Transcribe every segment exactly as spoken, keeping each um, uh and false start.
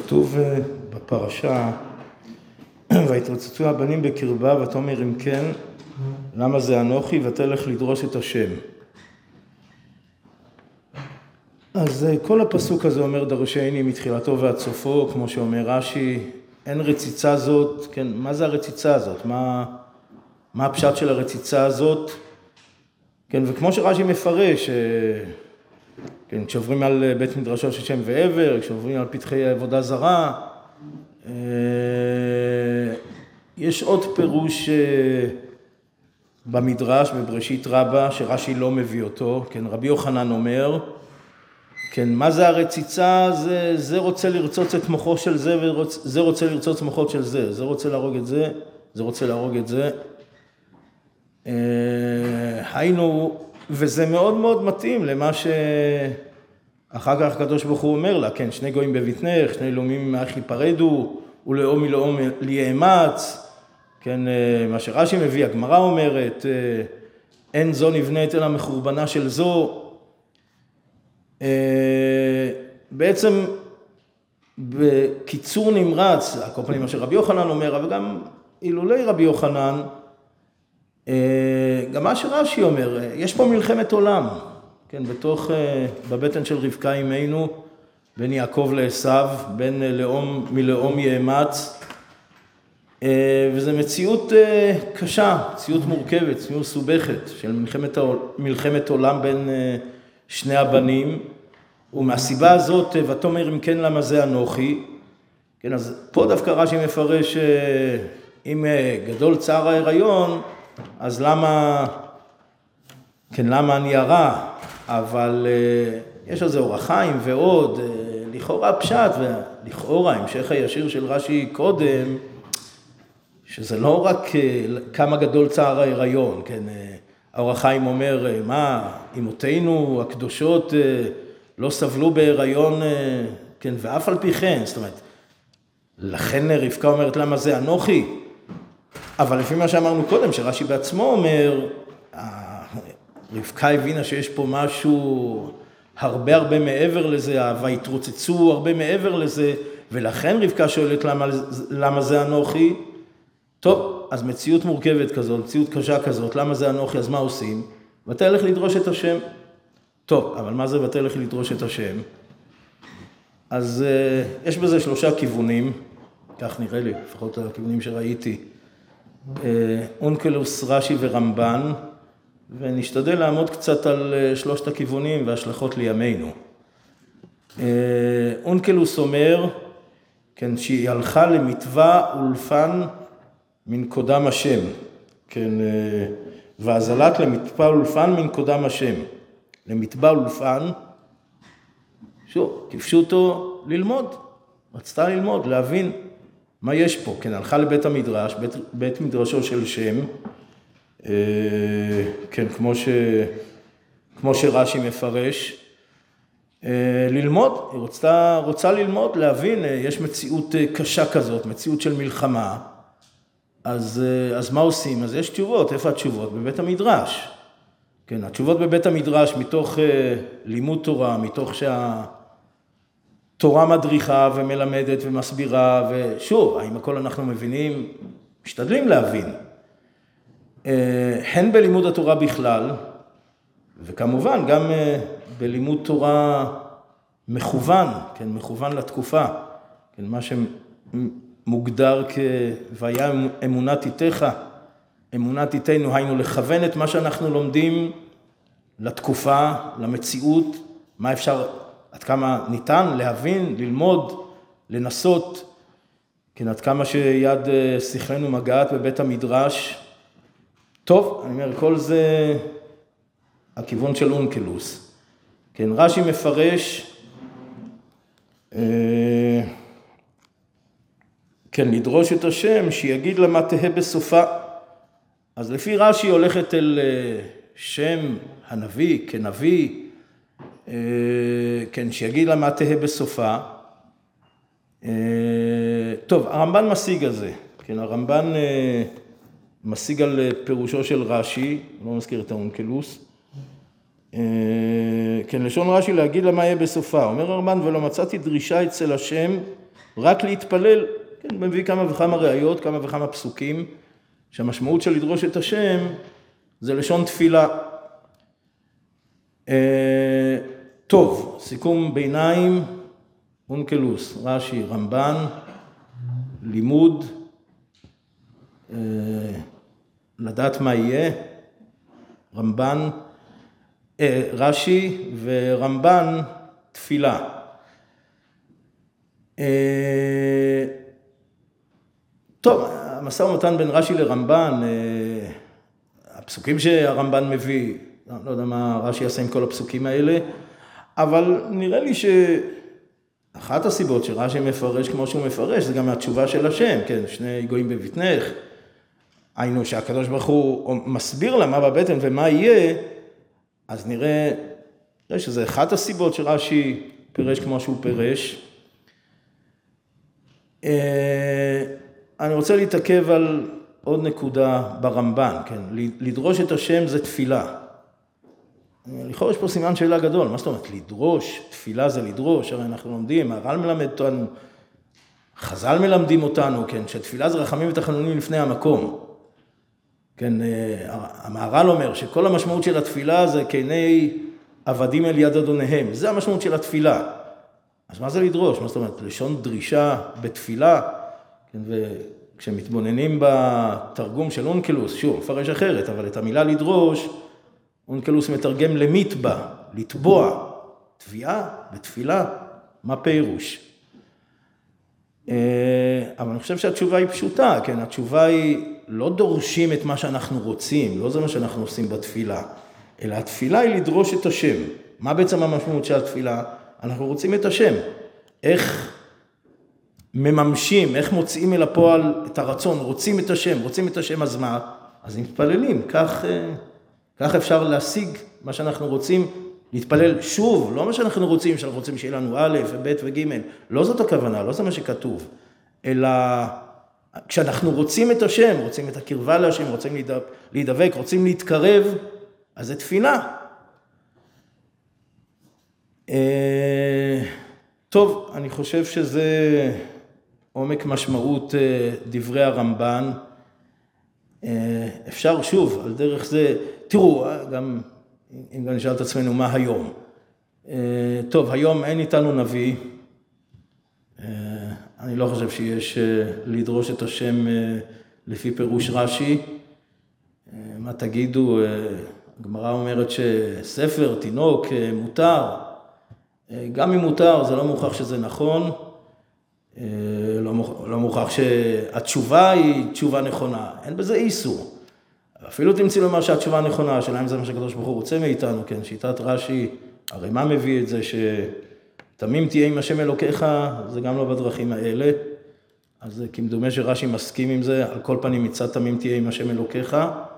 כתוב בפרשה, והתרוצצו הבנים בקרבה ותאמר אם כן, למה זה אנוכי ותלך לדרוש את השם. אז כל הפסוק הזה אומר דרשני מתחילתו ועד סופו, כמו שאומר רש"י, אין רציצה זאת, כן, מה זה הרציצה הזאת? מה, מה הפשט של הרציצה הזאת? כן, וכמו שרש"י מפרש, כן, כשעוברים על בית מדרשו של שם ועבר, כשעוברים על פתחי עבודה זרה, יש עוד פירוש במדרש, בבראשית רבה, שרש"י לא מביא אותו, כן, רבי יוחנן אומר, כן, מה זה הרציצה? זה, זה רוצה לרצוץ את מוחו של זה, וזה רוצה לרצוץ מוחות של זה, זה רוצה להרוג את זה, זה רוצה להרוג את זה. היינו, וזה מאוד מאוד מתאים למה שאחר כך הקדוש ברוך הוא אומר לה, כן, שני גויים בבטנך, שני לאומים מאח ייפרדו, ולאום מלאום ליאמץ, כן, מה שרש"י מביא, הגמרא אומרת, אין זו נבנית אלא מחורבנה של זו. בעצם בקיצור נמרץ, כל פנים מה שרבי יוחנן אומר, אבל גם אילולי רבי יוחנן, גם מה שרש"י אומר, יש פה מלחמת עולם, כן, בתוך, בבטן של רבקה אמנו, בין יעקב לעשיו, בין לאום מלאום יאמץ, וזו מציאות קשה, מציאות מורכבת, מציאות סובכת של מלחמת, מלחמת עולם בין שני הבנים, ומהסיבה הזאת, ותאמר אם כן למה זה אנוכי, כן, אז פה דווקא רש"י מפרש, אם גדול צער ההיריון, אז למה, כן, למה אני הרע? אבל יש על זה אור החיים ועוד, לכאורה פשט, ולכאורה המשך הישיר של רש"י קודם, שזה לא רק כמה גדול צער ההיריון, כן, האור החיים אומר, מה, אמותינו הקדושות לא סבלו בהיריון, כן, ואף על פי כן, זאת אומרת, לכן רבקה אומרת למה זה אנוכי, אבל לפי מה שאמרנו קודם, שרש"י בעצמו אומר, רבקה הבינה שיש פה משהו הרבה הרבה מעבר לזה, והתרוצצו הרבה מעבר לזה, ולכן רבקה שואלת למה, למה זה אנוכי. טוב, אז מציאות מורכבת כזאת, מציאות קשה כזאת, למה זה אנוכי, אז מה עושים? ותלך לדרוש את השם. טוב, אבל מה זה ותלך לדרוש את השם? אז uh, יש בזה שלושה כיוונים, כך נראה לי, לפחות הכיוונים שראיתי. Uh, אונקלוס, רש"י ורמב"ן, ונשתדל לעמוד קצת על uh, שלושת הכיוונים והשלכות לימינו. Uh, אונקלוס אומר, כן, שהיא הלכה למטבע אולפן מן קודם השם, כן, והזלת למטבע אולפן מן קודם השם. למטבע אולפן, שוב, כפשוטו ללמוד, רצתה ללמוד, להבין מה יש פה, כן, הלכה לבית המדרש, בית, בית מדרשו של שם, כן, כמו ש, כמו שרש"י מפרש, ללמוד, היא רוצה, רוצה ללמוד, להבין, יש מציאות קשה כזאת, מציאות של מלחמה, אז, אז מה עושים? אז יש תשובות, איפה התשובות? בבית המדרש. כן, התשובות בבית המדרש מתוך uh, לימוד תורה, מתוך שהתורה מדריכה ומלמדת ומסבירה, ושוב, האם הכל אנחנו מבינים? משתדלים להבין. Uh, הן בלימוד התורה בכלל, וכמובן גם uh, בלימוד תורה מכוון, כן, מכוון לתקופה, כן, מה שמוגדר כ"והיה אמונת איתך", אמונת איתנו, היינו לכוון את מה שאנחנו לומדים לתקופה, למציאות, מה אפשר, עד כמה ניתן להבין, ללמוד, לנסות, כן, עד כמה שיד שכלנו מגעת בבית המדרש. טוב, אני אומר, כל זה הכיוון של אונקלוס. כן, רש"י מפרש, אה, כן, לדרוש את השם, שיגיד למה תהא בסופה. אז לפי רש"י הולכת אל שם הנביא, כנביא, כן, שיגיד לה מה תהא בסופה. טוב, הרמב"ן משיג על זה, כן, הרמב"ן משיג על פירושו של רש"י, לא מזכיר את האונקלוס. כן, לשון רש"י להגיד לה מה יהיה בסופה. אומר הרמב"ן, ולא מצאתי דרישה אצל השם רק להתפלל, כן, מביא כמה וכמה ראיות, כמה וכמה פסוקים, שהמשמעות של לדרוש את השם זה לשון תפילה. אה, טוב, סיכום ביניים, אונקלוס, רש"י, רמב"ן, לימוד, אה, לדעת מה יהיה, רמב"ן, אה, רש"י ורמב"ן, תפילה. אה, טוב, המשא ומתן בין רש"י לרמב"ן, אה, הפסוקים שהרמב"ן מביא, לא יודע מה רש"י יעשה עם כל הפסוקים האלה, אבל נראה לי שאחת הסיבות שרש"י מפרש כמו שהוא מפרש, זה גם התשובה של השם, כן, שני גויים בבטנך, היינו שהקדוש ברוך הוא מסביר לה מה בבטן ומה יהיה, אז נראה, נראה שזה אחת הסיבות שרש"י פירש כמו שהוא פירש. אני רוצה להתעכב על עוד נקודה ברמב"ן, כן, לדרוש את השם זה תפילה. לכאורה יש פה סימן שאלה גדול, מה זאת אומרת? לדרוש, תפילה זה לדרוש, הרי אנחנו לומדים, הר"ל מלמד אותנו, חז"ל מלמדים אותנו, כן, שתפילה זה רחמים ותחנונים לפני המקום. כן, המהר"ל אומר שכל המשמעות של התפילה זה כעיני עבדים אל יד אדוניהם, זה המשמעות של התפילה. אז מה זה לדרוש? מה זאת אומרת? לשון דרישה בתפילה, כן, וכשמתבוננים בתרגום של אונקלוס, שוב, מפרש אחרת, אבל את המילה לדרוש, אונקלוס מתרגם למטבע, לתבוע, תביעה בתפילה, מה פירוש? אבל אני חושב שהתשובה היא פשוטה, כן, התשובה היא לא דורשים את מה שאנחנו רוצים, לא זה מה שאנחנו עושים בתפילה, אלא התפילה היא לדרוש את השם. מה בעצם המשמעות של התפילה? אנחנו רוצים את השם. איך מממשים, איך מוצאים אל הפועל את הרצון, רוצים את השם, רוצים את השם, אז מה? אז מתפללים, כך, כך אפשר להשיג מה שאנחנו רוצים, להתפלל שוב, לא מה שאנחנו רוצים, שאנחנו רוצים שיהיה לנו א' וב' וג', לא זאת הכוונה, לא זה מה שכתוב, אלא כשאנחנו רוצים את השם, רוצים את הקרבה להשם, רוצים להידבק, רוצים להתקרב, אז זה תפילה. טוב, אני חושב שזה עומק משמעות דברי הרמב"ן. אפשר שוב, על דרך זה, תראו, גם אם גם נשאל את עצמנו מה היום. טוב, היום אין איתנו נביא. אני לא חושב שיש לדרוש את השם לפי פירוש רש"י. מה תגידו? הגמרא אומרת שספר, תינוק, מותר. גם אם מותר, זה לא מוכרח שזה נכון. לא, לא מוכרח שהתשובה היא תשובה נכונה. אין בזה איסור. אפילו תמצאי לומר שהתשובה נכונה, השאלה אם זה מה שהקדוש ברוך הוא רוצה מאיתנו, כן? שיטת רש"י, הרי מה מביא את זה שתמים תהיה עם השם אלוקיך, זה גם לא בדרכים האלה. אז כמדומה שרש"י מסכים עם זה, על כל פנים מצד תמים תהיה עם השם אלוקיך.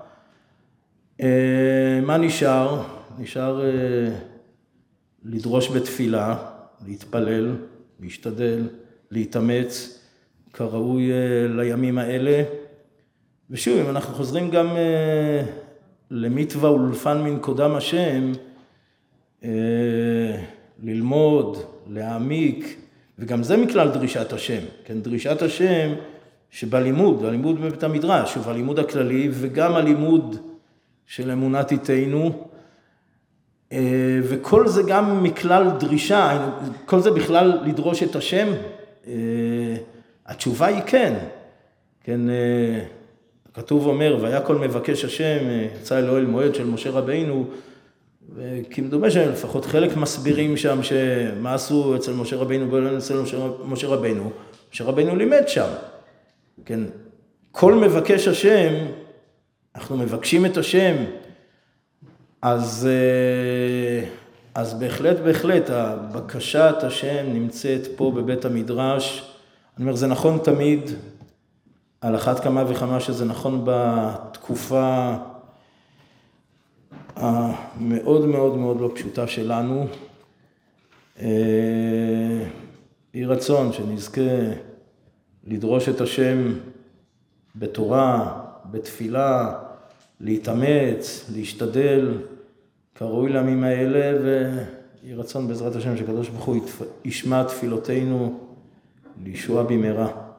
מה נשאר? נשאר לדרוש בתפילה, להתפלל, להשתדל, להתאמץ, כראוי לימים האלה. ושוב, אם אנחנו חוזרים גם אה, למצווה ולפן מן קודם השם, אה, ללמוד, להעמיק, וגם זה מכלל דרישת השם, כן, דרישת השם שבלימוד, הלימוד בבית המדרש, שוב, הלימוד הכללי וגם הלימוד של אמונת איתנו, אה, וכל זה גם מכלל דרישה, כל זה בכלל לדרוש את השם, אה, התשובה היא כן, כן, אה, כתוב אומר, והיה כל מבקש השם, יצא אל אוהל מועד של משה רבינו, וכמדומה שלפחות חלק מסבירים שם שמה עשו אצל משה רבינו, באוהל אצל משה רבינו, משה רבינו לימד שם. כן, כל מבקש השם, אנחנו מבקשים את השם, אז, אז בהחלט, בהחלט, הבקשת השם נמצאת פה בבית המדרש. אני אומר, זה נכון תמיד, על אחת כמה וכמה שזה נכון בתקופה המאוד מאוד מאוד לא פשוטה שלנו. יהי רצון שנזכה לדרוש את השם בתורה, בתפילה, להתאמץ, להשתדל, כראוי לימים האלה, ויהי רצון בעזרת השם שקדוש ברוך הוא ישמע תפילותינו לישועה במהרה.